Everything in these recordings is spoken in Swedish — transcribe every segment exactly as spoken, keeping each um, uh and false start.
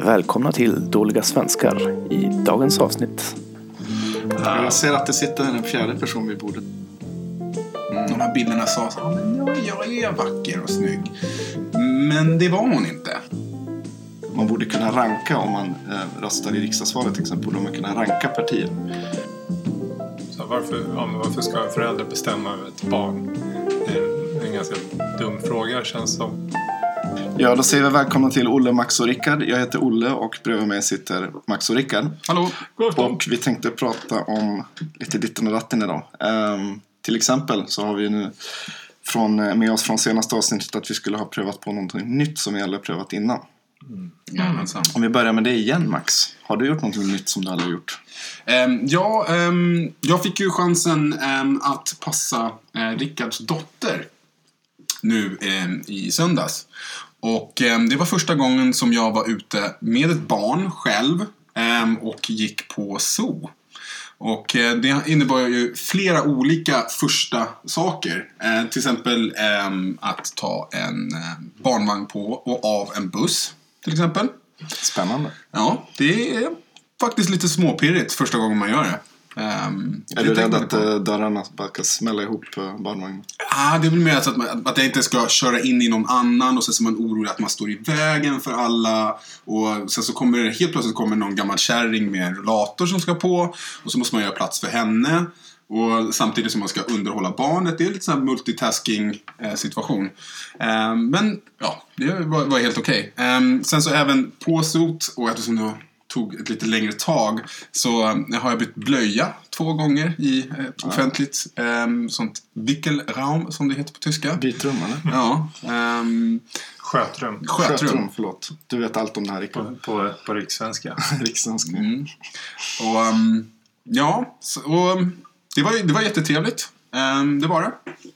Välkomna till Dåliga svenskar i dagens avsnitt. Jag ser att det sitter en fjärde person vid bordet. Mm. De här bilderna sa så, ah, men ja, jag är vacker och snygg. Men det var hon inte. Man borde kunna ranka om man eh, röstar i riksdagsvalet till exempel. Borde man kunna ranka partier. Så varför, ja, men varför ska en förälder bestämma över ett barn? Det är en ganska dum fråga, känns som. Ja, då säger vi välkomna till Olle, Max och Rickard. Jag heter Olle och bredvid mig sitter Max och Rickard. Hallå. Och vi tänkte prata om lite ditten och datten idag. Um, till exempel så har vi nu från, med oss från senaste avsnittet att vi skulle ha prövat på någonting nytt som vi aldrig prövat innan. Mm. Jajamensan. Om vi börjar med det igen, Max. Har du gjort någonting nytt som du aldrig har gjort? Um, ja, um, jag fick ju chansen um, att passa uh, Rickards dotter nu um, i söndags. Och um, det var första gången som jag var ute med ett barn själv um, och gick på zoo. Och uh, det innebar ju flera olika första saker. Uh, till exempel um, att ta en uh, barnvagn på och av en buss, till exempel. Spännande. Ja, det är faktiskt lite småpirrigt första gången man gör det. Um, är du rädd att dörrarna bara ska smälla ihop barnvagnen? Ah, det blir mer så att, man, att jag inte ska köra in i någon annan. Och sen så är man orolig att man står i vägen för alla. Och sen så kommer det, helt plötsligt kommer någon gammal kärring med en rullator som ska på. Och så måste man göra plats för henne. Och samtidigt som man ska underhålla barnet. Det är lite sån här multitasking eh, situation. eh, Men ja, det var, var helt okej. okay. eh, Sen så även på sot. Och eftersom det tog ett lite längre tag så eh, har jag bytt blöja två gånger i eh, offentligt eh, sånt Wickelraum som det heter på tyska. Bytrum, eller? Ja. Eh, Skötrum. Skötrum. Skötrum, förlåt. Du vet allt om det här, på, på, på rikssvenska. Rikssvenska. Mm. Och um, ja, så, och det var, det var jättetrevligt. Um, det var det.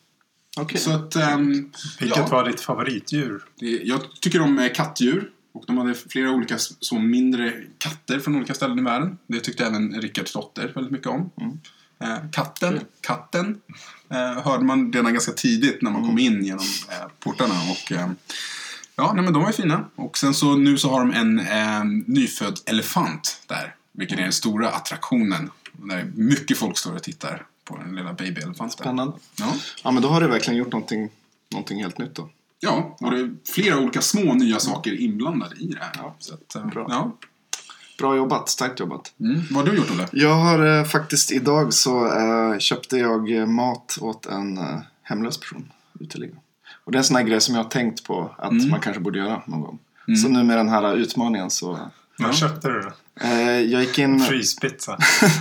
Okay. Så att, um, Vilket ja, var ditt favoritdjur? det, jag tycker om kattdjur. Och de hade flera olika så mindre katter från olika ställen i världen. Det tyckte även Rickards dotter väldigt mycket om. Mm. Uh, katten, mm. katten uh, hörde man redan ganska tidigt när man mm. kom in genom uh, portarna. Och uh, ja, nej, men de var fina. Och sen så nu så har de en uh, nyfödd elefant där. Vilket är den stora attraktionen. Där mycket folk står och tittar på den lilla babyelefanten. Spännande. Ja. Ja, men då har du verkligen gjort någonting, någonting helt nytt då. Ja, och det är flera olika små nya saker inblandade i det här. Ja. Så att, Bra. Ja. Bra jobbat, starkt jobbat. Mm. Vad har du gjort, Olle? Jag har eh, faktiskt idag så eh, köpte jag mat åt en eh, hemlös person uteliggare. Och det är en sån här grej som jag har tänkt på att mm. man kanske borde göra någon gång. Mm. Så nu med den här utmaningen så... Vad ja. köpte du då? Eh, jag gick in... Fryspizza.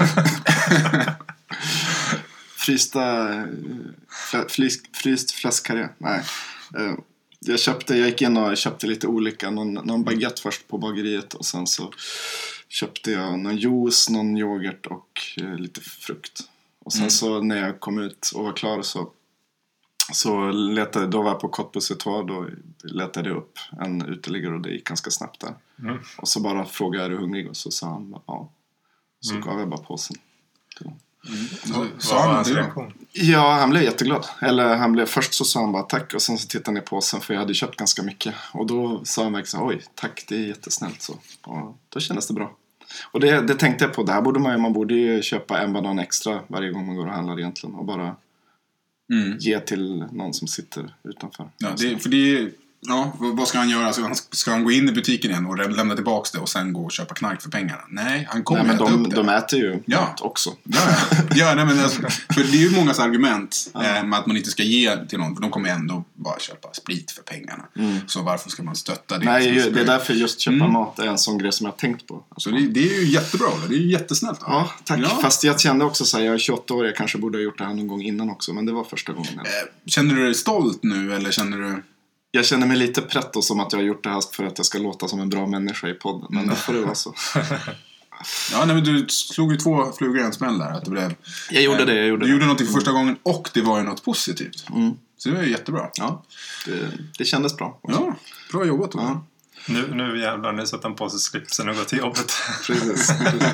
Frysta... Fryst, fryst fläskkarré. Nej. Eh, jag köpte... Jag gick in och köpte lite olika. Någon, någon baguette först på bageriet. Och sen så köpte jag någon juice, någon yoghurt och eh, lite frukt. Och sen mm. så när jag kom ut och var klar så... Så letade, då var jag på Kottbussetår, då letade jag upp en uteliggare och det gick ganska snabbt där. Mm. Och så bara frågade jag, är du hungrig? Och så sa han, ja. Så mm. gav jag bara påsen. Mm. Så, sa han hans reaktion? Ja, han blev jätteglad. Eller han blev, först så sa han bara tack och sen så tittade han i påsen för jag hade köpt ganska mycket. Och då sa han verkligen, oj, tack, det är jättesnällt så. Och då kändes det bra. Och det, det tänkte jag på, det här borde man ju, man borde ju köpa en banan extra varje gång man går och handlar egentligen. Och bara... Mm. Ge till någon som sitter utanför. Ja, det, för det, ja, vad ska han göra? Ska han, ska han gå in i butiken igen och lämna tillbaka det och sen gå och köpa knark för pengarna? Nej, han kommer nej, men äta de, upp det. De äter ju ja. mat också. Ja, ja. ja nej, men alltså, för det är ju många argument ja. eh, med att man inte ska ge till någon. För de kommer ändå bara köpa sprit för pengarna. Mm. Så varför ska man stötta det? Nej, ju, det är därför just köpa mm. mat är en sån grej som jag har tänkt på. Så det, det är ju jättebra. Det är ju jättesnällt. Då. Ja, tack. Ja. Fast jag kände också så här, jag är tjugoåtta år, jag kanske borde ha gjort det här någon gång innan också. Men det var första gången. Eh, känner du dig stolt nu eller känner du... Jag känner mig lite pretto som att jag har gjort det här för att jag ska låta som en bra människa i podden. Men det får det vara så. Ja, nej, men du slog ju två flugor i en smäll där. Att det blev, jag gjorde eh, det, jag gjorde Du det. gjorde någonting för första gången och det var ju något positivt. Mm. Så det var ju jättebra. Ja, det, det kändes bra också. Ja, bra jobbat. Ja. Nu, nu jävlar, nu sätter han på sig slipsen och går till jobbet. Precis.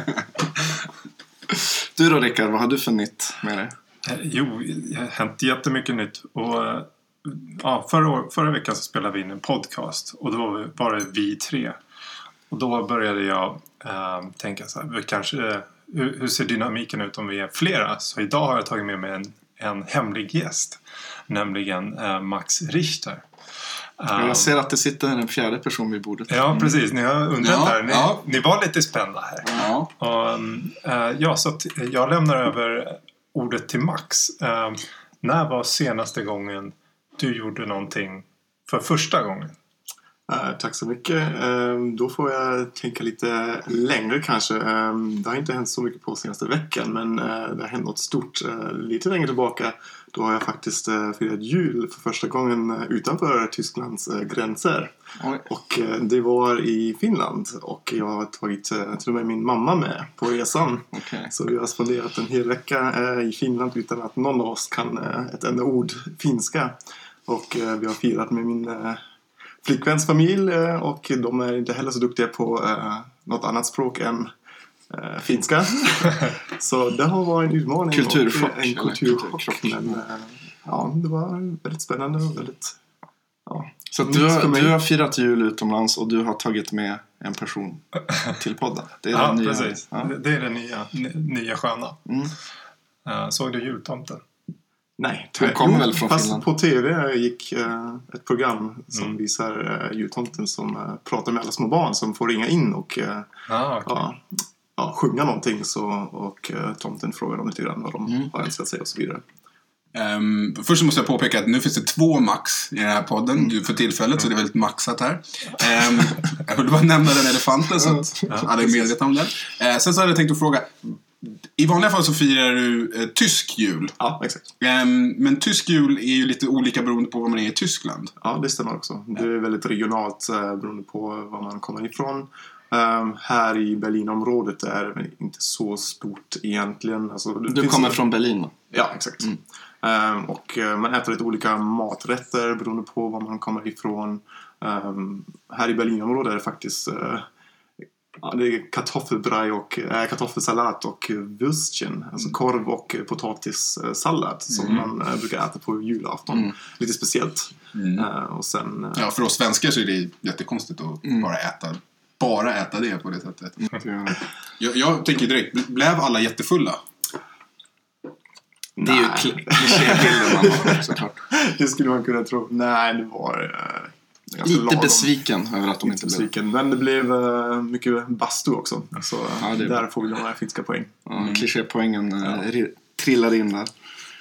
Du då, Rickard, vad har du för nytt med dig? Eh, jo, det har hänt jättemycket nytt. Och ja, förra, förra veckan så spelade vi in en podcast. Och då var det vi tre. Och då började jag äh, tänka så här, vi kanske, hur, hur ser dynamiken ut om vi är flera? Så idag har jag tagit med mig en, en hemlig gäst, nämligen äh, Max Richter. Jag ser att det sitter en fjärde person vid bordet. Ja, precis. Ni har undrat ja, här. Ni, ja. ni var lite spända här. Ja. Och, äh, ja, så att jag lämnar över ordet till Max. Äh, när var senaste gången du gjorde någonting för första gången? Uh, tack så mycket. Uh, då får jag tänka lite längre kanske. Uh, det har inte hänt så mycket på senaste veckan, men uh, det har hänt något stort. Uh, lite längre tillbaka, då har jag faktiskt uh, firat jul för första gången uh, utanför Tysklands uh, gränser. Oj. Och uh, det var i Finland. Och jag har tagit uh, till och med min mamma med på resan. Okay. Så vi har spenderat en hel vecka uh, i Finland utan att någon av oss kan uh, ett enda ord finska. Och uh, vi har firat med min... Uh, flickväns familj, och de är inte heller så duktiga på uh, något annat språk än uh, finska. Så det har varit en utmaning. Kulturchock. Och en kulturchock. Men uh, ja, det var väldigt spännande och väldigt... Ja, så du har, du har firat jul utomlands och du har tagit med en person till podden. Det är ja, den nya, precis. Ja. Det är det nya, nya sköna. Mm. Uh, såg du jultomten? Nej, han kommer väl från fast Finland. På tv gick uh, ett program som mm. visar uh, jultomten som uh, pratar med alla små barn som får ringa in och uh, ah, okay. ja, ja, sjunga någonting så, och uh, tomten frågar dem lite grann vad de mm. har önskat sig och så vidare. Um, först måste jag påpeka att nu finns det två Max i den här podden mm. för tillfället, mm. så det är väldigt maxat här. Um, jag vill bara nämna den elefanten så att ja, alla är medvetna om den. Uh, sen så hade jag tänkt att fråga, i vanliga fall så firar du eh, tysk jul. Ja, exakt. Um, men tysk jul är ju lite olika beroende på var man är i Tyskland. Ja, det stämmer också. Det är väldigt regionalt eh, beroende på var man kommer ifrån. Um, här i Berlinområdet är det inte så stort egentligen. Alltså, du kommer en... från Berlin då? Ja, exakt. Mm. Um, och uh, man äter lite olika maträtter beroende på var man kommer ifrån. Um, här i Berlinområdet är det faktiskt... Uh, Ja, det är kartoffelbraj och äh, kartoffelsalat och würstchen, alltså korv och äh, potatissallad som mm. man äh, brukar äta på julafton. Mm. Lite speciellt. Mm. Äh, och sen, äh, ja, för oss svenskar så är det jättekonstigt att mm. bara äta bara äta det på det sättet. Mm. jag, jag tänker direkt, blev alla jättefulla? Det är ju klichébilden man har, såklart. Det skulle man kunna tro. Nej, det var... Äh, lite lagom. Besviken över att de lite inte besviken. blev. Men det blev uh, mycket bastu också. Så ja, där bra. Får vi några finska poäng. Ja, mm. Klichépoängen ja. uh, trillar in där.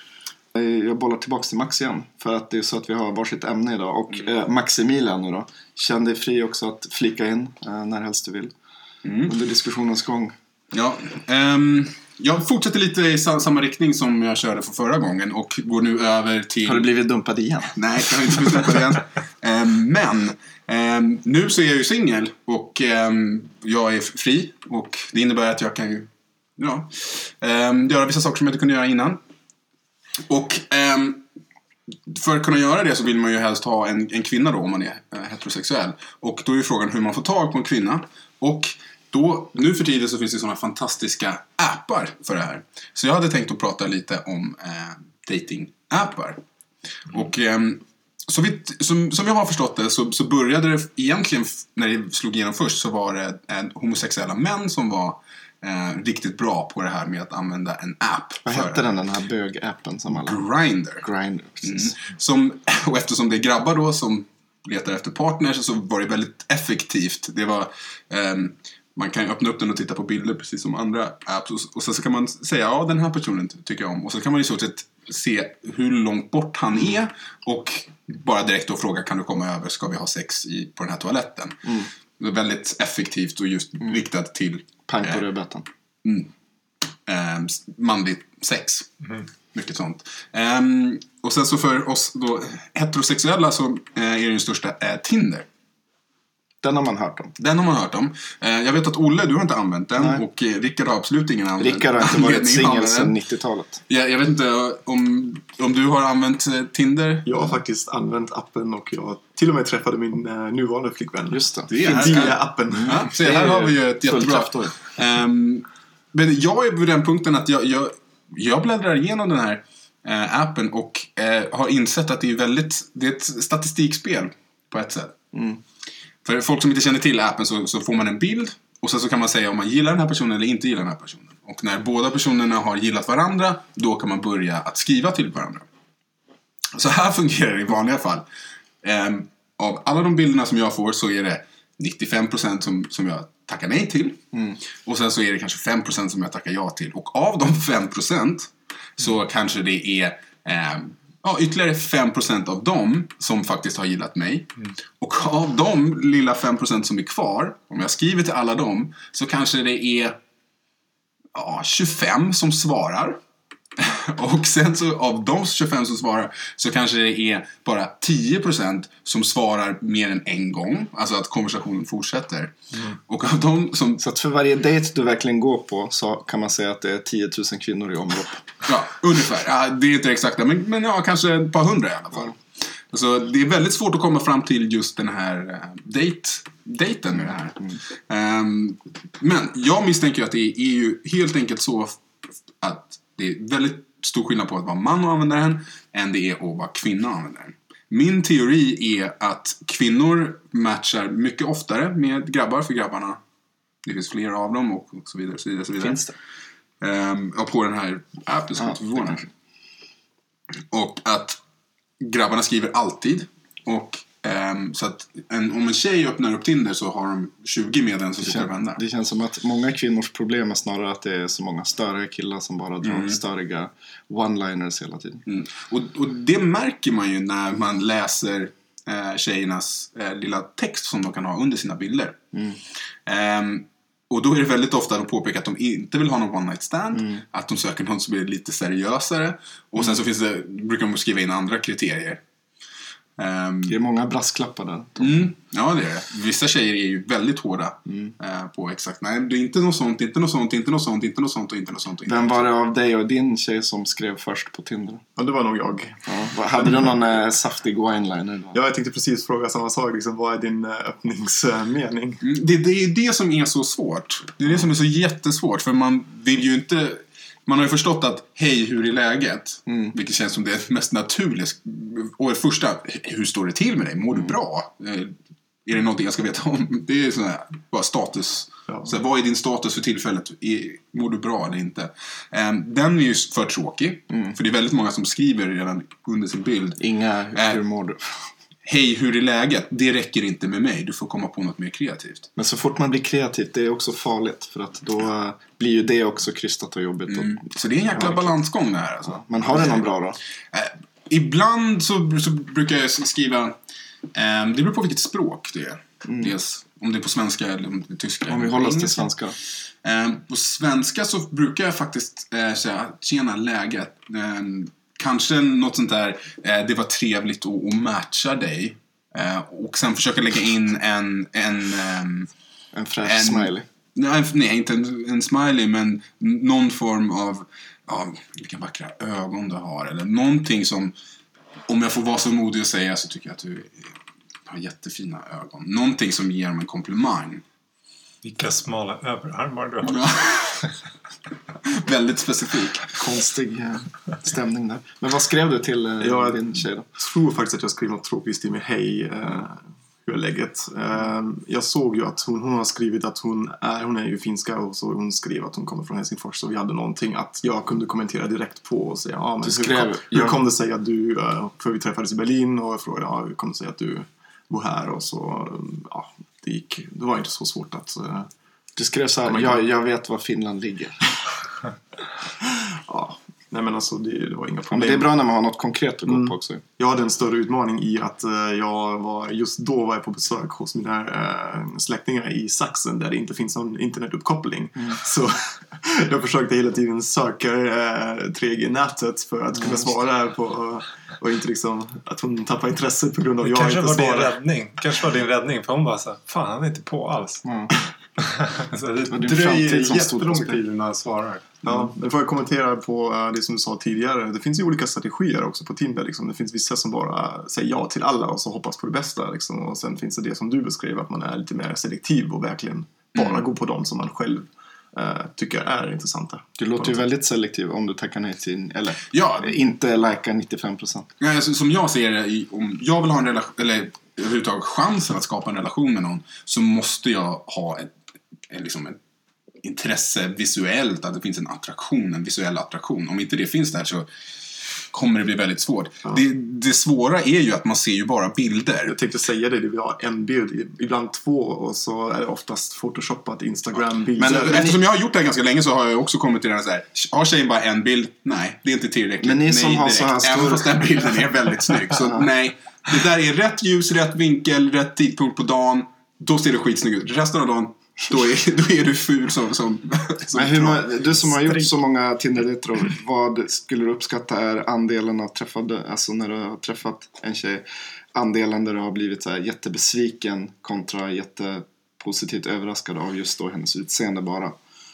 Jag bollar tillbaka till Max igen. För att det är så att vi har varsitt ämne idag. Och mm. uh, Maximilian nu då. Känn dig fri också att flika in uh, när helst du vill. Mm. Under diskussionens gång. Ja, um, jag fortsätter lite i samma riktning som jag körde för förra gången. Och går nu över till... Har du blivit dumpad igen? Nej, jag har inte blivit dumpad igen. um, men um, nu så är jag ju singel. Och um, jag är fri. Och det innebär att jag kan ju ja, um, göra vissa saker som jag inte kunde göra innan. Och um, för att kunna göra det så vill man ju helst ha en, en kvinna då om man är uh, heterosexuell. Och då är ju frågan hur man får tag på en kvinna. Och då, nu för tiden så finns det sådana fantastiska appar för det här. Så jag hade tänkt att prata lite om eh, dating-appar. Mm. Och eh, så vitt, som, som jag har förstått det så, så började det egentligen, när det slog igenom först, så var det en homosexuella män som var eh, riktigt bra på det här med att använda en app. Vad hette den, den här bög-appen som alla... Grindr. Grindr, precis. Mm. Som, och eftersom det är grabbar då som letar efter partners så var det väldigt effektivt. Det var... Eh, man kan öppna upp den och titta på bilder precis som andra apps. Och, och sen så kan man säga, ja den här personen tycker jag om. Och så kan man i så sätt se hur långt bort han är. Och bara direkt då fråga, kan du komma över? Ska vi ha sex i, på den här toaletten? Mm. Det är väldigt effektivt och just mm. riktat till... Pang på rödbetan. Eh, mm, eh, manligt sex. Mm. Mycket sånt. Um, och sen så för oss då heterosexuella så eh, är den största eh, Tinder. Den har man hört om. Den har man hört om. Eh, jag vet att Olle, du har inte använt den. Nej. Och eh, Rickard har absolut ingen använt. Rickard har inte varit singel sedan nittiotalet. Ja, jag vet inte om, om du har använt eh, Tinder. Jag har faktiskt använt appen och jag till och med träffade min eh, nuvarande flickvän. Just det. Det är här, appen. Ja, så här har vi ju ett jättebra. Um, men jag är på den punkten att jag, jag, jag bläddrar igenom den här eh, appen och eh, har insett att det är väldigt, det är ett statistikspel på ett sätt. Mm. För folk som inte känner till appen så, så får man en bild. Och sen så kan man säga om man gillar den här personen eller inte gillar den här personen. Och när båda personerna har gillat varandra, då kan man börja att skriva till varandra. Så här fungerar det i vanliga fall. Um, av alla de bilderna som jag får så är det nittiofem procent som, som jag tackar nej till. Mm. Och sen så är det kanske fem procent som jag tackar ja till. Och av de fem procent så kanske det är um, ja, ytterligare fem procent av dem som faktiskt har gillat mig. Mm. Och av de lilla fem procent som är kvar, om jag skriver till alla dem, så kanske det är ja, tjugofem som svarar. Och sen så av de tjugofem som svarar så kanske det är bara tio procent som svarar mer än en gång. Alltså att konversationen fortsätter. Mm. Och av de som... Så att för varje dejt du verkligen går på så kan man säga att det är tio tusen kvinnor i omlopp. Ja, ungefär. Ja, det är inte exakt, men, men ja, kanske ett par hundra i alla fall. Mm. Så det är väldigt svårt att komma fram till just den här uh, date, dejten med det här. Mm. Um, men jag misstänker att det är ju helt enkelt så att det är väldigt stor skillnad på att vara man och använda den än det är att vara kvinna och använda den. Min teori är att kvinnor matchar mycket oftare med grabbar, för grabbarna, det finns fler av dem och så vidare. Så vidare, så vidare. Finns det? Um, ja, på den här appen ska ja, inte förvåna. Och att grabbarna skriver alltid. Och um, så att en, om en tjej öppnar upp Tinder så har de tjugo med den som sitter och vänder. Det känns som att många kvinnors problem är snarare att det är så många större killar som bara drar mm. störiga one-liners hela tiden. Mm. Och, och det märker man ju när man läser eh, tjejernas eh, lilla text som de kan ha under sina bilder. Mm. Um, och då är det väldigt ofta de påpekar att de inte vill ha någon one night stand. Mm. Att de söker någon som är lite seriösare. Och sen så finns det, brukar de skriva in andra kriterier. Um, det är många brasklappar där. Mm, ja, det är det. Vissa tjejer är ju väldigt hårda mm. uh, på exakt. Nej, det är inte något sånt, inte något sånt, inte något sånt, inte något sånt och inte något sånt. Vem var det av dig och din tjej som skrev först på Tinder? Ja, det var nog jag. Ja, hade du någon äh, saftig one-liner då? Ja, jag tänkte precis fråga samma sak. Liksom, vad är din äh, öppningsmening? Mm, det, det är det som är så svårt. Det är det som är så jättesvårt. För man vill ju inte... Man har ju förstått att hej, hur är läget? Mm. Vilket känns som det mest naturliga. Och det första, hur står det till med dig? Mår du bra? Är det någonting jag ska veta om? Det är sån här, bara status. Ja. Så här, vad är din status för tillfället? Är, mår du bra eller inte? Um, den är ju för tråkig. Mm. För det är väldigt många som skriver redan under sin bild. Inga, hur uh, mår du? Hej, hur är läget? Det räcker inte med mig. Du får komma på något mer kreativt. Men så fort man blir kreativt, det är också farligt. För att då blir ju det också krystat och jobbigt. Mm. Så det är en jäkla balansgång det här. Alltså. Ja. Men har du någon bra då? Eh, ibland så, så brukar jag skriva... Eh, det beror på vilket språk det är. Mm. Dels om det är på svenska eller om det är tyska. Om vi håller oss till svenska. Eh, på svenska så brukar jag faktiskt eh, säga tjena läget. Eh, Kanske något sånt där, eh, det var trevligt att, att matcha dig. Eh, och sen försöka lägga in en... En, um, en fräsch en, smiley. Nej, nej, inte en, en smiley, men någon form av... Ja, vilka vackra ögon du har. Eller någonting som, om jag får vara så modig att säga, så tycker jag att du har jättefina ögon. Någonting som ger dem en komplimang. Vilka smala överarmar du har. Väldigt specifik. Konstig stämning där. Men vad skrev du till eh, jag din tjej då? Jag tror faktiskt att jag skrev något tråkigt i stil med hej, eh, hur är läget? Eh, jag såg ju att hon, hon har skrivit att hon är, hon är ju finska, och så hon skrev att hon kommer från Helsingfors, så vi hade någonting att jag kunde kommentera direkt på och säga, ja, men du skrev, hur, kom, hur kom det sig att du, för vi träffades i Berlin och jag frågade, ja, hur kom det sig att du bor här, och så, ja, det gick, det var inte så svårt att... Eh, Du skrev så här, jag, jag vet var Finland ligger. Ja, nej men alltså det, det var inga problem. Ja, men det är bra när man har något konkret att gå mm. på också. Jag hade en större utmaning i att uh, jag var, just då var jag på besök hos mina uh, släktingar i Sachsen, där det inte finns någon internetuppkoppling. Mm. Så jag försökte hela tiden söka uh, tre G-nätet för att mm. kunna svara på, uh, och inte liksom att hon tappar intresset på grund av att jag inte svarar. Kanske var din räddning. Kanske var din räddning, för hon bara så här, fan, han är inte på alls. Mm. Så det dröjer jättelång tid innan han svarar. Ja, det får jag kommentera på uh, det som du sa tidigare. Det finns ju olika strategier också på Tinder liksom. Det finns vissa som bara säger ja till alla och så hoppas på det bästa liksom. Och sen finns det det som du beskrev, att man är lite mer selektiv och verkligen bara mm. går på dem som man själv uh, tycker är intressanta. Du låter ju väldigt selektiv om du tackar nej till, eller ja, inte lika nittiofem procent. Ja, alltså, som jag ser det, om jag vill ha en relation, eller överhuvudtaget chansen att skapa en relation med någon, så måste jag ha ett, en, liksom ett intresse visuellt, att det finns en attraktion, en visuell attraktion. Om inte det finns där så kommer det bli väldigt svårt. Ja. Det, det svåra är ju att man ser ju bara bilder. Jag tänkte säga det, vi har en bild, ibland två, och så är det oftast photoshopat Instagram-bilder. Men, men eftersom jag har gjort det här ganska länge så har jag också kommit till den så här: har tjejen bara en bild? Nej, det är inte tillräckligt. Men ni nej, som har direkt. så här stor... Även fast den bilden är väldigt snygg. Så nej, det där är rätt ljus, rätt vinkel, rätt tidpunkt på dagen. Då ser det skitsnygg ut. Resten av dagen, Då är, då är du ful som, som, som Men hur man, du som har gjort så många Tinder-dejter, vad skulle du uppskatta är andelen av träffade, alltså när du har träffat en tjej, andelen där du har blivit så här jättebesviken kontra jättepositivt överraskad av just då hennes utseende bara?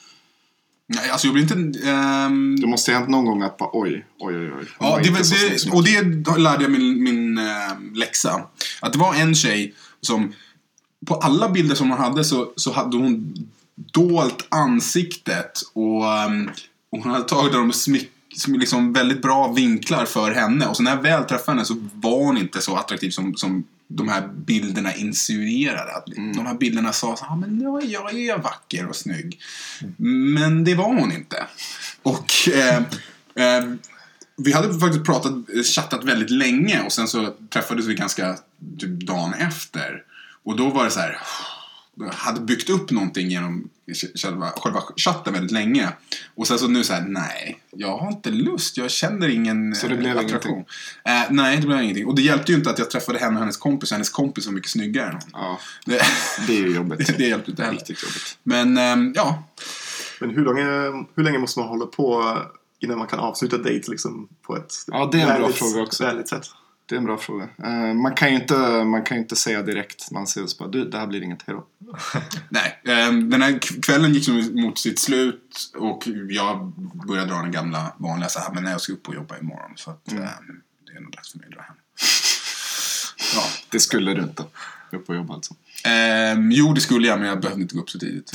Nej, alltså jag blir inte... Um... Det måste ha hänt någon gång att bara oj, oj, oj, oj. Ja, det, det, och det lärde jag min, min äh, läxa. Att det var en tjej som... På alla bilder som hon hade så, så hade hon dolt ansiktet. Och, um, och hon hade tagit de smyck, liksom väldigt bra vinklar för henne. Och så när jag väl träffade henne så var hon inte så attraktiv som, som de här bilderna insinuerade. Att mm. De här bilderna sa så här, ah, men ja, jag är vacker och snygg. Mm. Men det var hon inte. Och... Eh, eh, vi hade faktiskt pratat, chattat väldigt länge. Och sen så träffades vi ganska typ dagen efter. Och då var det så här, jag hade byggt upp någonting genom själva, själva chatten väldigt länge. Och sen så nu så här, nej, jag har inte lust, jag känner ingen så det blev attraktion. Eh, nej, det blev ingenting. Och det hjälpte ju inte att jag träffade henne och hennes kompis. Hennes kompis var mycket snyggare än hon. Ja, det, det är ju jobbigt. det, det hjälpte inte heller. Riktigt jobbigt. Men, eh, ja. Men hur länge, hur länge måste man hålla på innan man kan avsluta dejt liksom på ett ja, det är en väldigt, bra fråga också. väldigt sätt? Det är en bra fråga. Uh, man kan ju inte, man kan ju inte säga direkt. Man säger så bara, du, det här blir inget hero. Nej, um, den här kvällen gick mot sitt slut. Och jag började dra den gamla vanliga så här, men när jag ska upp och jobba imorgon. Så att mm. um, det är nog dags för mig att dra hem. Ja, det skulle du inte. Upp och jobba alltså. Um, jo, det skulle jag, men jag behövde inte gå upp så tidigt.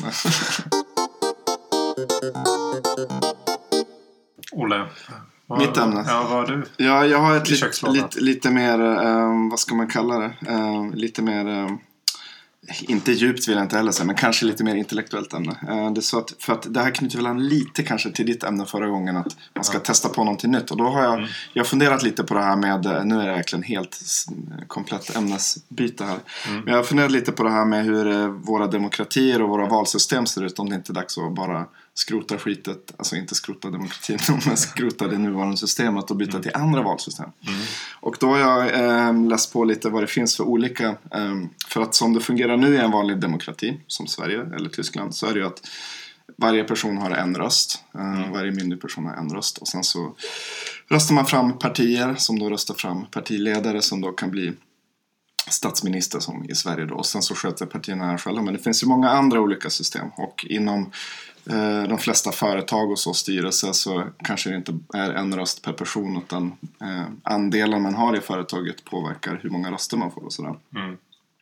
Olle. Mitt ämne. Ja, vad har du? Ja, jag har ett lite, lite, lite mer, um, vad ska man kalla det? Um, lite mer, um, inte djupt vill jag inte heller säga, men kanske lite mer intellektuellt ämne. Uh, det är så att, för att det här knyter väl an lite kanske till ditt ämne förra gången, att man ska ja. testa på någonting nytt. Och då har jag, mm. jag har funderat lite på det här med, nu är det verkligen helt komplett ämnesbyte här. Mm. Men jag har funderat lite på det här med hur uh, våra demokratier och våra valsystem ser ut, om det inte är dags att bara skrota skitet, alltså inte skrota demokratin, men skrota det nuvarande systemet och byta mm. till andra valsystem. Mm. Och då har jag eh, läst på lite vad det finns för olika, eh, för att som det fungerar nu i en vanlig demokrati, som Sverige eller Tyskland, så är det ju att varje person har en röst, eh, mm. varje myndig person har en röst, och sen så röstar man fram partier som då röstar fram partiledare som då kan bli statsminister som i Sverige då, och sen så sköter partierna här själva. Men det finns ju många andra olika system, och inom de flesta företag och så styrelse så kanske det inte är en röst per person, utan eh, andelen man har i företaget påverkar hur många röster man får och sådär. Mm.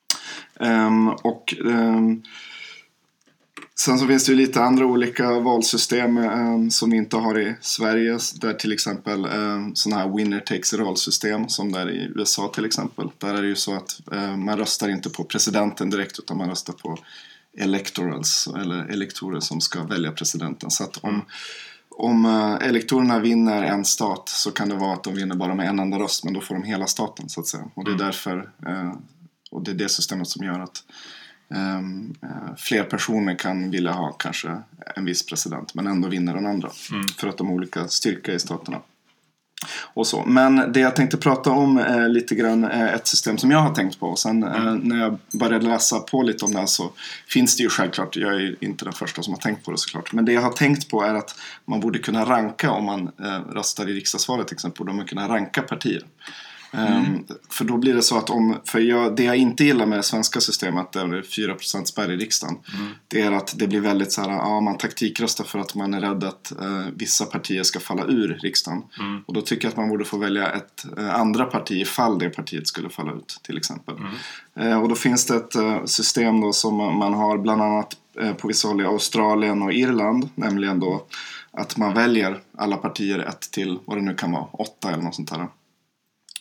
Um, och um, sen så finns det ju lite andra olika valsystem um, som vi inte har i Sverige, där till exempel um, sådana här winner takes it all system som där i U S A till exempel. Där är det ju så att um, man röstar inte på presidenten direkt, utan man röstar på electorals eller elektorer som ska välja presidenten. Så att om, om elektorerna vinner en stat, så kan det vara att de vinner bara med en enda röst, men då får de hela staten så att säga. Och det är därför och det är det systemet som gör att um, fler personer kan vilja ha kanske en viss president, men ändå vinner den andra. Mm. För att de har olika styrka i staterna. Och så. Men det jag tänkte prata om är lite grann ett system som jag har tänkt på. Och sen mm. när jag började läsa på lite om det här, så finns det ju självklart, jag är inte den första som har tänkt på det såklart, men det jag har tänkt på är att man borde kunna ranka, om man röstar i riksdagsvalet till exempel, borde man kunna ranka partier. Mm. Um, för då blir det så att om, för jag, det jag inte gillar med det svenska systemet, där det är fyra procent spärr i riksdagen, mm. det är att det blir väldigt så här, ja, man taktikröstar för att man är rädd att uh, vissa partier ska falla ur riksdagen. Mm. Och då tycker jag att man borde få välja ett uh, andra parti ifall det partiet skulle falla ut till exempel. Mm. Uh, och då finns det ett uh, system då som man har bland annat uh, på vissa håll i Australien och Irland, nämligen då att man väljer alla partier ett till vad det nu kan vara, åtta eller något sånt här.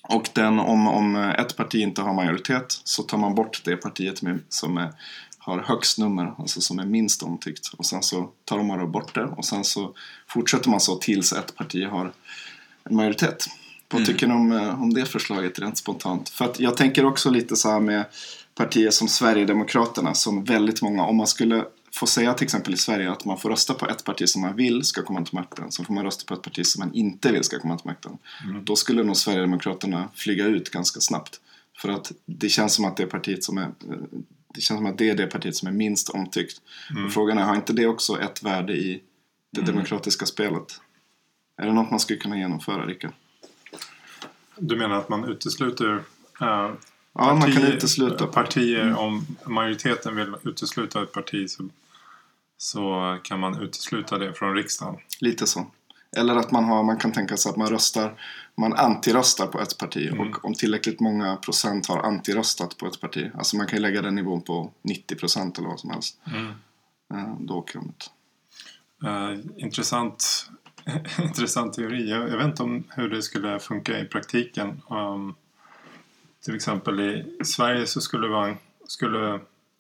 Och den, om, om ett parti inte har majoritet så tar man bort det partiet med, som är, har högst nummer, alltså som är minst omtyckt. Och sen så tar de bara bort det och sen så fortsätter man så tills ett parti har en majoritet. Vad tycker ni om, om det förslaget rent spontant? För att jag tänker också lite så här med partier som Sverigedemokraterna som väldigt många, om man skulle få säga till exempel i Sverige att man får rösta på ett parti som man vill ska komma till makten, så får man rösta på ett parti som man inte vill ska komma till makten. Mm. Då skulle nog Sverigedemokraterna flyga ut ganska snabbt. För att det känns som att det partiet som är det känns som att det är det partiet som är minst omtyckt. Mm. Och frågan är, har inte det också ett värde i det mm. demokratiska spelet? Är det något man skulle kunna genomföra, Rickard? Du menar att man utesluter äh, ja, partier, man kan utesluta partier mm. om majoriteten vill utesluta ett parti så, så kan man utesluta det från riksdagen. Lite så. Eller att man, har, man kan tänka sig att man röstar, man antiröstar på ett parti mm. och om tillräckligt många procent har antiröstat på ett parti, alltså man kan ju lägga den nivån på nittio procent eller vad som helst. Mm. Då åker de ut. Uh, intressant intressant teori. Jag, jag vet inte om hur det skulle funka i praktiken. Um, till exempel i Sverige så skulle man skulle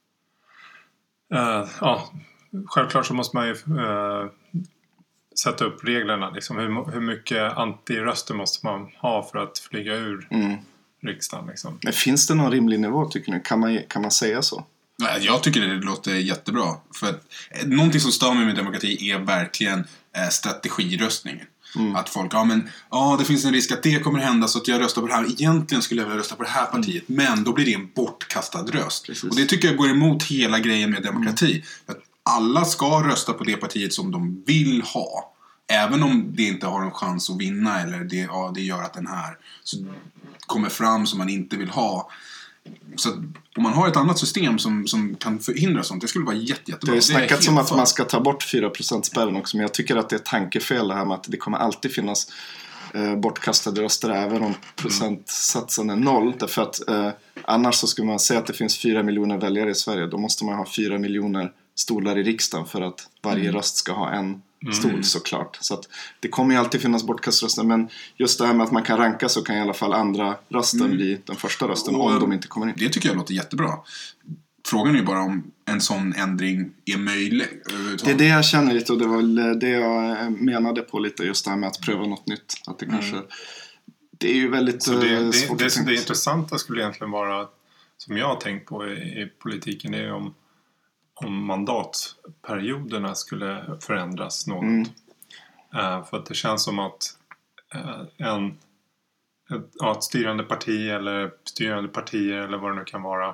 uh, ja, självklart så måste man ju uh, sätta upp reglerna. Liksom, hur, hur mycket antiröster måste man ha för att flyga ur mm. riksdagen? Liksom. Men finns det någon rimlig nivå, tycker ni? Kan man, kan man säga så? Jag tycker det låter jättebra. För att någonting som stör mig med demokrati är verkligen eh, strategiröstningen. Mm. Att folk, ja men ja, det finns en risk att det kommer hända så att jag röstar på det här. Egentligen skulle jag vilja rösta på det här partiet. Mm. Men då blir det en bortkastad röst. Precis. Och det tycker jag går emot hela grejen med demokrati. Mm. Att alla ska rösta på det partiet som de vill ha. Även om det inte har en chans att vinna. Eller det, ja, det gör att den här så kommer fram som man inte vill ha. Så om man har ett annat system som, som kan förhindra sånt, det skulle vara jätte, jättebra. Det är snackat som att man ska ta bort fyra procent-spärren också, men jag tycker att det är tankefel det här med att det kommer alltid finnas eh, bortkastade röster även om procentsatsen är noll. Därför att eh, annars så skulle man säga att det finns fyra miljoner väljare i Sverige, då måste man ha fyra miljoner stolar i riksdagen för att varje mm. röst ska ha en stol mm. såklart. Så att det kommer ju alltid finnas bortkaströster, men just det här med att man kan ranka så kan i alla fall andra rösten mm. bli den första rösten och, om de inte kommer in. Det tycker jag låter jättebra. Frågan är ju bara om en sån ändring är möjlig. Det är det jag känner lite, och det var väl det jag menade på lite, just det här med att pröva något nytt. Att det mm. kanske det är ju väldigt så det, det, svårt det, att det, det intressanta skulle egentligen vara, som jag har tänkt på i, i politiken, det är om om mandatperioderna skulle förändras något. Mm. Uh, för att det känns som att uh, en, ett, ja, ett styrande parti eller styrande partier eller vad det nu kan vara,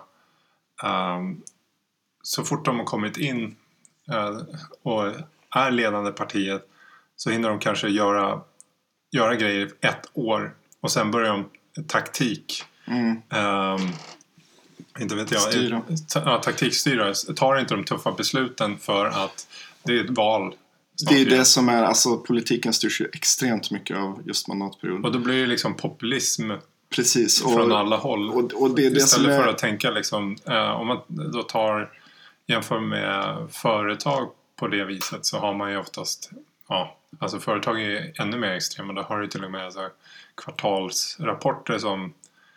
um, så fort de har kommit in uh, och är ledande partiet så hinner de kanske göra, göra grejer ett år och sen börjar de taktik. Mm. Um, Inte vet jag. Styra. Ja, taktikstyra. Tar inte de tuffa besluten för att det är ett val. Det är det som är, alltså politiken styrs ju extremt mycket av just mandatperioden. Och då blir det liksom populism. Precis. Och, från alla håll. Och, och det är det istället som är... för att tänka liksom, eh, om man då tar, jämför med företag på det viset, så har man ju oftast, ja, alltså företag är ännu mer extrema. Då har du till och med så här, kvartalsrapporter som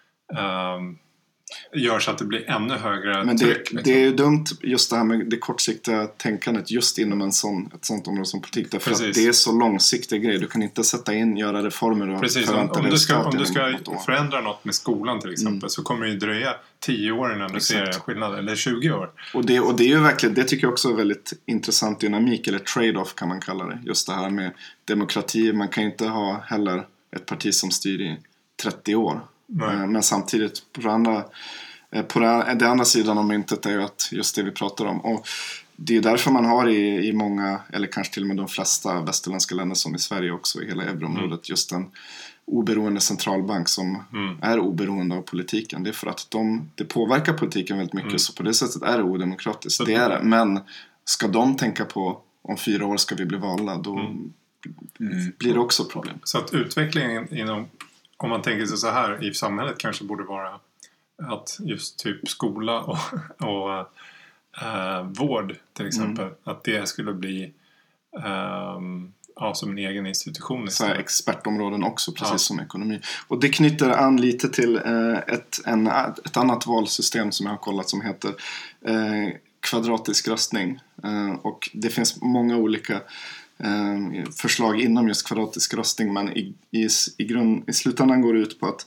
um, gör så att det blir ännu högre men det, tryck. Liksom. Det är ju dumt just det här med det kortsiktiga tänkandet just inom en sån, ett sånt område som politik. Därför att det är så långsiktiga grejer. Du kan inte sätta in, göra reformer och precis, förvänta om, om du ska, om du ska något förändra något med skolan till exempel, mm. så kommer det ju dröja tio år innan du ser en skillnad, eller tjugo år. Och det, och det är ju verkligen, det tycker jag också är väldigt intressant dynamik, eller trade-off kan man kalla det. Just det här med demokrati. Man kan ju inte ha heller ett parti som styr i trettio år. Nej. Men samtidigt på, andra, på den andra sidan av myntet är ju att just det vi pratar om. Och det är därför man har i, i många, eller kanske till och med de flesta västerländska länder som i Sverige också, i hela euroområdet, mm. just en oberoende centralbank som mm. är oberoende av politiken. Det är för att de, det påverkar politiken väldigt mycket, mm. så på det sättet är det odemokratiskt. Det är det. Men ska de tänka på om fyra år ska vi bli valda, då mm. blir det också problem. Så att utvecklingen inom, om man tänker sig så här, i samhället kanske borde vara att just typ skola och, och äh, vård till exempel, mm. att det skulle bli äh, ja, som en egen institution. Så här expertområden också, precis ja. som ekonomi. Och det knyter an lite till eh, ett, en, ett annat valsystem som jag har kollat som heter eh, kvadratisk röstning. Eh, och det finns många olika eh, förslag inom just kvadratisk röstning, men i, i, i, grund, i slutändan går det ut på att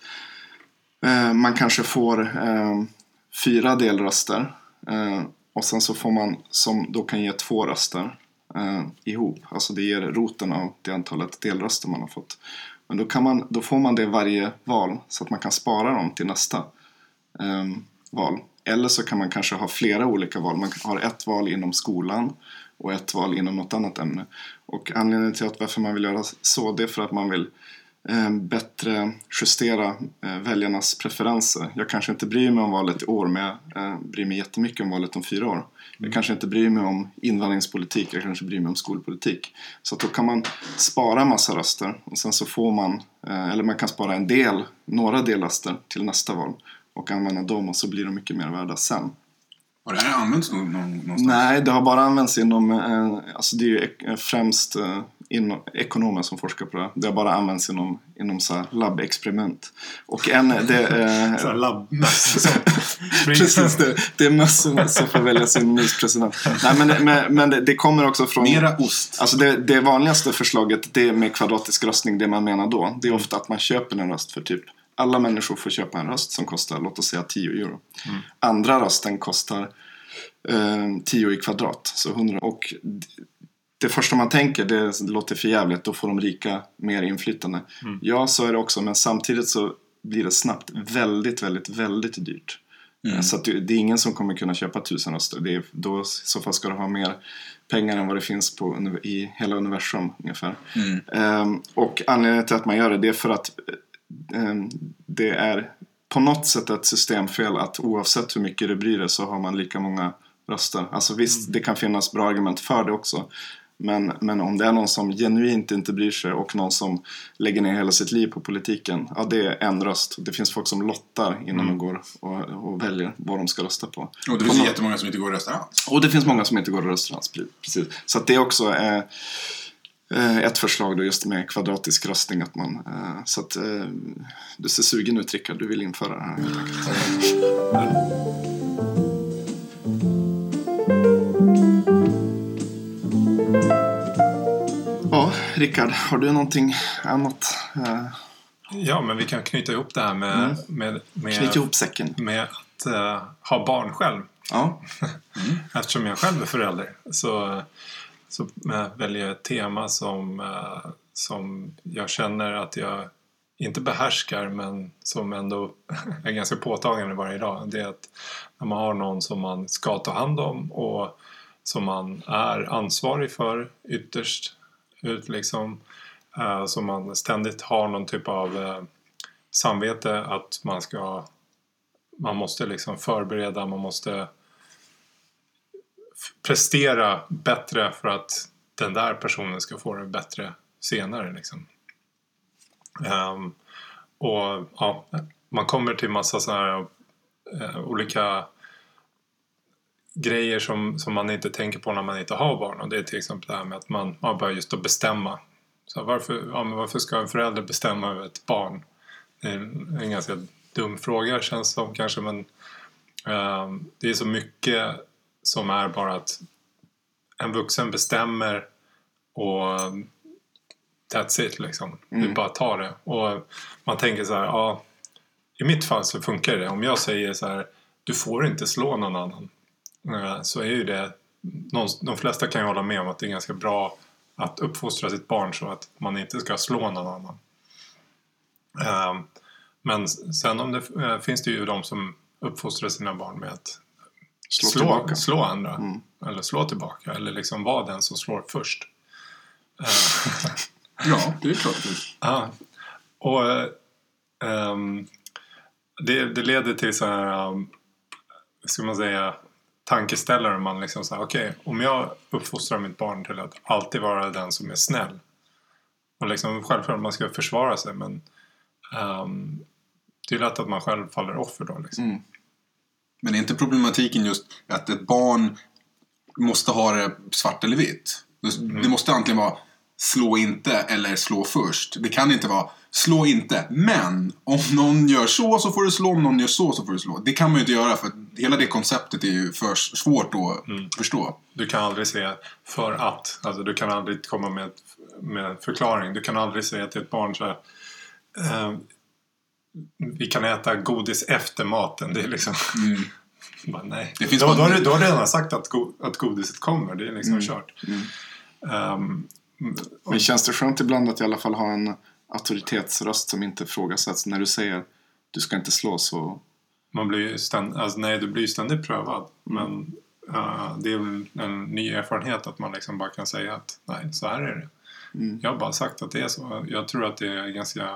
eh, man kanske får eh, fyra delröster eh, och sen så får man som då kan ge två röster eh, ihop. Alltså det ger roten av det antalet delröster man har fått. Men då, kan man, då får man det varje val så att man kan spara dem till nästa eh, val. Eller så kan man kanske ha flera olika val. Man har ett val inom skolan och ett val inom något annat ämne. Och anledningen till att varför man vill göra så, det är för att man vill eh, bättre justera eh, väljarnas preferenser. Jag kanske inte bryr mig om valet i år, men jag eh, bryr mig jättemycket om valet om fyra år. Jag kanske inte bryr mig om invandringspolitik, jag kanske bryr mig om skolpolitik. Så att då kan man spara massa röster och sen så får man, eh, eller man kan spara en del, några delröster till nästa val. Och använda dem och så blir de mycket mer värda sen. Och det här används någon, någonstans? Nej, det har bara använts inom, eh, alltså det är ju främst eh, inom ekonomer som forskar på det. Det har bara använts inom, inom så här labbexperiment. Och en, det är... så här labbmöss. Precis, det, det är mössorna som får välja sin ny president. Nej, men, men, men det, det kommer också från... Mera ost. Alltså det, det vanligaste förslaget, det är med kvadratisk röstning, det man menar då. Det är ofta att man köper en röst för typ... Alla människor får köpa en röst som kostar, låt oss säga, tio euro. Mm. Andra rösten kostar eh, tio i kvadrat, så hundra. Och d- det första man tänker, det, det låter för jävligt, då får de rika mer inflytande. Mm. Ja, så är det också, men samtidigt så blir det snabbt väldigt, väldigt, väldigt dyrt. Mm. Så att det, det är ingen som kommer kunna köpa tusen röster. Det är, då i så fall ska du ha mer pengar än vad det finns på, i hela universum ungefär. Mm. Eh, och anledningen till att man gör det, det är för att det är på något sätt ett systemfel att oavsett hur mycket det bryr det så har man lika många röster. Alltså visst, mm. det kan finnas bra argument för det också. Men, men om det är någon som genuint inte bryr sig och någon som lägger ner hela sitt liv på politiken, ja, det är en röst. Det finns folk som lottar innan mm. de går och, och väljer vad de ska rösta på. Och det finns någon... jättemånga som inte går och röstar alls. Och det finns många som inte går och röstar alls, precis. Så att det också är ett förslag då just med kvadratisk röstning, att man, så att du ser sugen ut, Rickard, du vill införa det här. Ja, Rickard, har du någonting annat? Ja, men vi kan knyta ihop det här med, mm. med, med, knyta ihop säcken. med att uh, ha barn själv. Ja. Mm. Eftersom jag själv är förälder så Så väljer jag ett tema som, som jag känner att jag inte behärskar, men som ändå är ganska påtagande varje dag. Det är att när man har någon som man ska ta hand om och som man är ansvarig för ytterst ut liksom, som man ständigt har någon typ av samvete att man ska, man måste liksom förbereda, man måste prestera bättre för att den där personen ska få det bättre senare liksom. Um, och ja, man kommer till massa så här uh, olika grejer som, som man inte tänker på när man inte har barn, och det är till exempel det här med att man, man börjar just att bestämma. Så varför, ja, men varför ska en förälder bestämma över ett barn? Det är en, en ganska dum fråga känns som kanske, men um, det är så mycket som är bara att en vuxen bestämmer och that's it liksom. Mm. Vi bara tar det. Och man tänker så här, ja, i mitt fall så funkar det. Om jag säger så här, du får inte slå någon annan, så är ju det, de flesta kan ju hålla med om att det är ganska bra att uppfostra sitt barn så att man inte ska slå någon annan. Men sen om det finns det ju de som uppfostrar sina barn med att Slå, slå, slå andra. Mm. Eller slå tillbaka. Eller liksom vara den som slår först. Ja, det är klart. Ja. Och um, det, det leder till så här, um, ska man säga, tankeställare. Man liksom säger, okej, okay, om jag uppfostrar mitt barn till att alltid vara den som är snäll. Och liksom självklart man ska försvara sig, men um, det är lätt att man själv faller offer då liksom. Mm. Men är inte problematiken just att ett barn måste ha det svart eller vitt? Det, mm. det måste antingen vara slå inte eller slå först. Det kan inte vara slå inte, men om någon gör så så får du slå, om någon gör så så får du slå. Det kan man ju inte göra, för att hela det konceptet är ju för svårt att mm. förstå. Du kan aldrig säga för att, alltså du kan aldrig komma med, med en förklaring. Du kan aldrig säga till ett barn så här, eh, vi kan äta godis efter maten. Det är liksom mm. bara, nej. Det finns då, bara... då har du då har du redan sagt att, go- att godiset kommer. Det är liksom mm. kört. Mm. Um, och... Men känns det skönt ibland att i alla fall ha en auktoritetsröst som inte ifrågasätts när du säger du ska inte slå, så... Man blir ju ständ... alltså, nej, du blir ju ständigt prövad. Mm. Men uh, det är väl en ny erfarenhet att man liksom bara kan säga att nej, så här är det. Mm. Jag har bara sagt att det är så. Jag tror att det är ganska...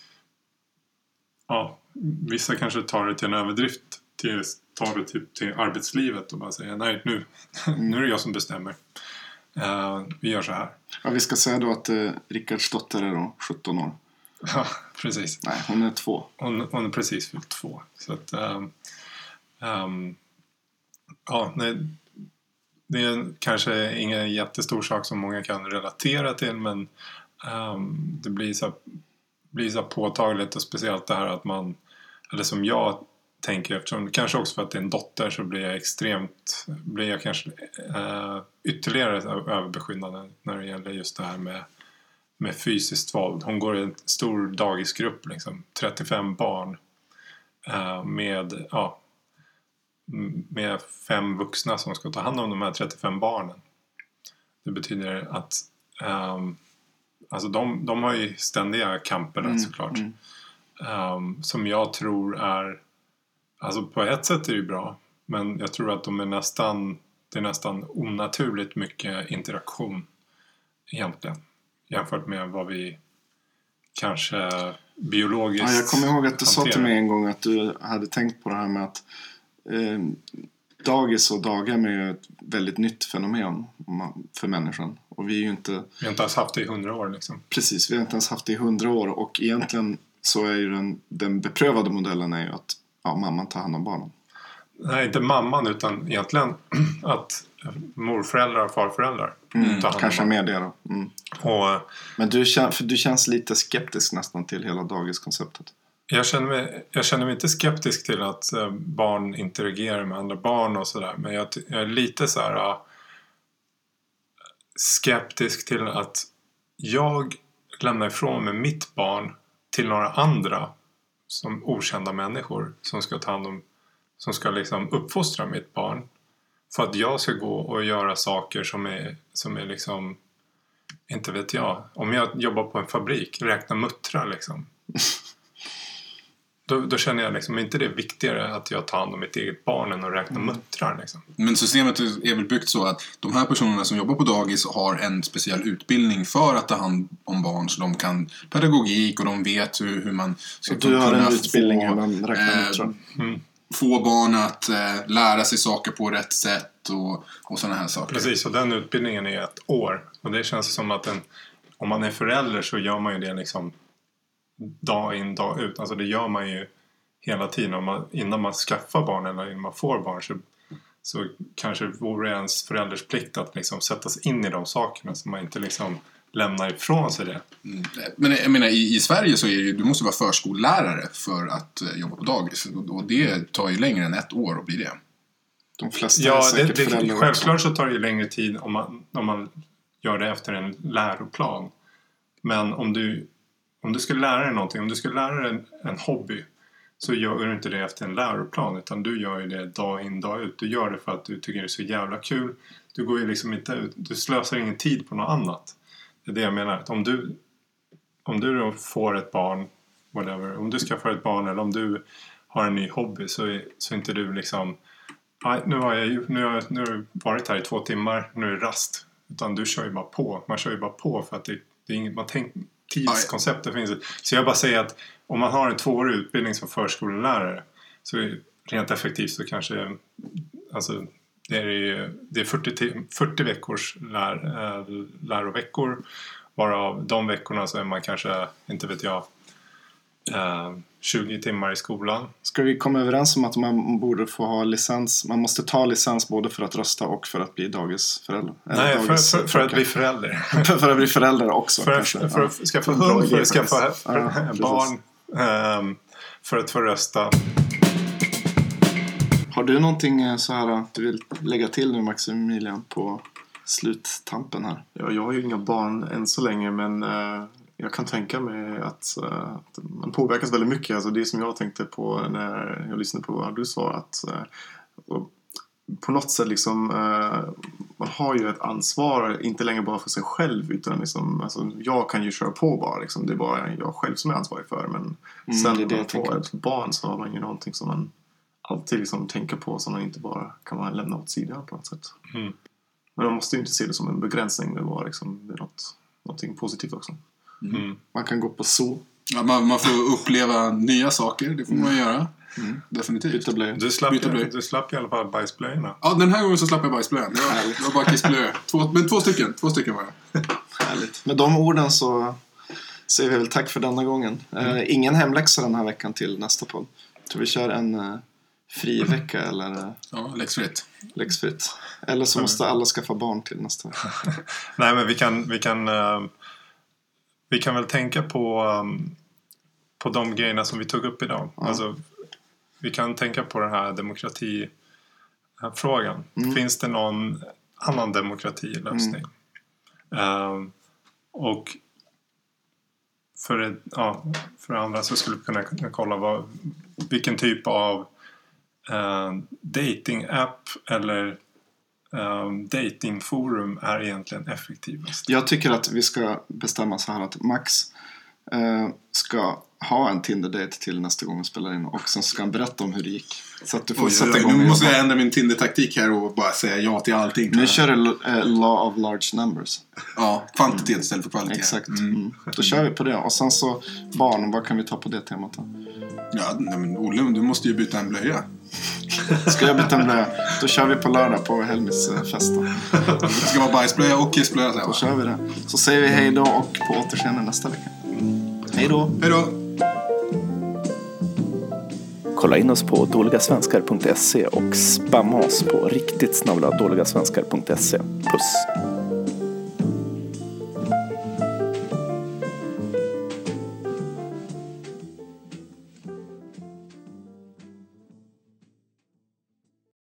Ja, vissa kanske tar det till en överdrift, till, tar det typ till arbetslivet och bara säger nej, nu, mm. nu är det jag som bestämmer. Uh, vi gör så här. Ja, vi ska säga då att uh, Rickards dotter är då sjutton år. Ja, precis. Nej, hon är två. Hon, hon är precis fyllt två. Så att, um, um, ja, nej, det är kanske ingen jättestor sak som många kan relatera till, men um, det blir så, blir så påtagligt, och speciellt det här att man, eller som jag tänker, eftersom kanske också för att det är en dotter, så blir jag extremt, blir jag kanske uh, ytterligare överbeskyddande när det gäller just det här med med fysiskt våld. Hon går i en stor dagisgrupp, liksom, trettiofem barn uh, med, ja, med fem vuxna som ska ta hand om de här trettiofem barnen. Det betyder att um, alltså de, de har ju ständiga kamper mm, såklart. Mm. Um, som jag tror är, alltså på ett sätt är det ju bra, men jag tror att de är nästan, det är nästan onaturligt mycket interaktion egentligen, jämfört med vad vi kanske biologiskt... Ja, jag kommer ihåg att du hanterar. Sa till mig en gång att du hade tänkt på det här med att eh, dagis och daghem är ett väldigt nytt fenomen för människan. Och vi är ju inte... Vi har inte ens haft det i hundra år liksom. Precis, vi har inte ens haft det i hundra år. Och egentligen så är ju den, den beprövade modellen är ju att ja, mamman tar hand om barnen. Nej, inte mamman, utan egentligen att morföräldrar och farföräldrar mm, kanske med det då. Mm. Och, men du, för du känns lite skeptisk nästan till hela dagiskonceptet. Jag känner mig, jag känner mig inte skeptisk till att barn interagerar med andra barn och sådär, men jag, jag är lite så här uh, skeptisk till att jag lämnar ifrån mig mitt barn till några andra som okända människor som ska ta hand om, som ska liksom uppfostra mitt barn, för att jag ska gå och göra saker som är, som är liksom, inte vet jag, om jag jobbar på en fabrik, räkna muttrar liksom. Då, då känner jag liksom, inte det är viktigare att jag tar hand om mitt eget barn än att räkna mm. muttrar liksom. Men systemet är väl byggt så att de här personerna som jobbar på dagis har en speciell utbildning för att ta hand om barn, så de kan pedagogik och de vet hur, hur man ska kunna få... Du har en utbildning få, hur man räknar eh, muttrar. Mm. Få barn att eh, lära sig saker på rätt sätt och, och sådana här saker. Precis, och den utbildningen är ett år. Och det känns som att en, om man är förälder så gör man ju det liksom dag in, dag ut. Alltså det gör man ju hela tiden. Om man, innan man skaffar barn eller innan man får barn, så, så kanske vore ens förälders plikt att liksom sätta sig in i de sakerna, så man inte liksom lämnar ifrån sig det. Mm. Men jag menar, i, i Sverige så är det ju, du måste vara förskollärare för att uh, jobba på dagis. Och, och det tar ju längre än ett år att bli det. De flesta ja, är säkert det, det, föräldrar självklart också. så tar det ju längre tid om man, om man gör det efter en läroplan. Men om du, om du ska lära dig någonting, om du ska lära dig en, en hobby, så gör du inte det efter en läroplan, utan du gör ju det dag in, dag ut. Du gör det för att du tycker det är så jävla kul. Du går ju liksom inte ut, du slösar ingen tid på något annat. Det är det jag menar. Att om du, om du då får ett barn, whatever, om du skaffar ett barn eller om du har en ny hobby, så är, så är inte du liksom, nej, nu har jag nu har, nu har jag varit här i två timmar, nu är det rast. Utan du kör ju bara på. Man kör ju bara på för att det, det är inget, man tänker, tidskonceptet finns. Så jag bara säger att om man har en tvåårig utbildning som förskollärare, så är rent effektivt så kanske, alltså det är, ju, det är fyrtio, fyrtio veckors lär, läroveckor, varav de veckorna så är man kanske, inte vet jag, eh, tjugo timmar i skolan. Ska vi komma överens om att man borde få ha licens? Man måste ta licens både för att rösta och för att bli dagisförälder. Nej, för, för, för att bli förälder. för att bli förälder också. För, kanske. för, för ja. att skaffa hund, för att skaffa Ja, barn, um, för att få rösta. Har du någonting så här du vill lägga till nu, Maximilian, på sluttampen här? Ja, jag har ju inga barn än så länge, men uh, jag kan tänka mig att, uh, att man påverkas väldigt mycket. Alltså det som jag tänkte på när jag lyssnade på vad du sa, att uh, på något sätt liksom, uh, man har ju ett ansvar, inte längre bara för sig själv, utan liksom, alltså, jag kan ju köra på bara, liksom, det är bara jag själv som är ansvarig för, men mm, sen det är det när man jag tänker. får ett barn så har man ju någonting som man alltid liksom tänker på, som man inte bara kan man lämna åt sidan på något sätt. Mm. Men man måste ju inte se det som en begränsning, det var liksom, det är något, någonting positivt också. Mm. Man kan gå på zoo. Ja, man, man får uppleva nya saker, det får man Mm. göra. Mm. Definitivt. Byta blöjor. Du slapp, Byta blöjor. du slapp i alla fall bajsblöjorna. Ja, den här gången så slapp jag bajsblöjan. Det var, det var bara kissblöjor. Två, men två stycken, två stycken var jag. Härligt. Med de orden så säger vi väl tack för denna gången. Mm. Eh, ingen hemläxa den här veckan till nästa podd. Tror vi kör en eh, fri vecka eller eh, Ja, läxfritt. läxfritt. Eller så måste alla skaffa barn till nästa vecka. Nej, men vi kan, vi kan, uh, vi kan väl tänka på, um, på de grejerna som vi tog upp idag. Ja. Alltså, vi kan tänka på den här demokratifrågan. Mm. Finns det någon annan demokratilösning? Mm. Um, och för det, ja, för det andra så skulle vi kunna, kunna kolla vad, vilken typ av uh, dating-app eller um, datingforum är egentligen effektivast. Jag tycker att vi ska bestämma så här att Max eh, ska ha en Tinder-date till nästa gång vi spelar in, och sen ska han berätta om hur det gick. Så att du får Oj, sätta oj, igång. nu måste jobba. jag ändra min Tinder-taktik här och bara säga ja till allting. Nu kör du eh, law of large numbers. Ja, kvantitet istället för kvalitet. Exakt. Mm. Då kör vi på det. Och sen så barn, vad kan vi ta på det temat då? Ja, nej, men Olle, du måste ju byta en blöja. Ska jag byta en blöja? Då kör vi på lördag på Helmis eh, fest då. Det ska vara bajsblöja och kissblöja. Så här, Då va? kör vi det. Så säger vi hej då och på återseende nästa vecka. Hej då! Hej då! Kolla in oss på dåligasvenskar punkt se och spamma oss på riktigt snabla dåligasvenskar punkt se. Puss!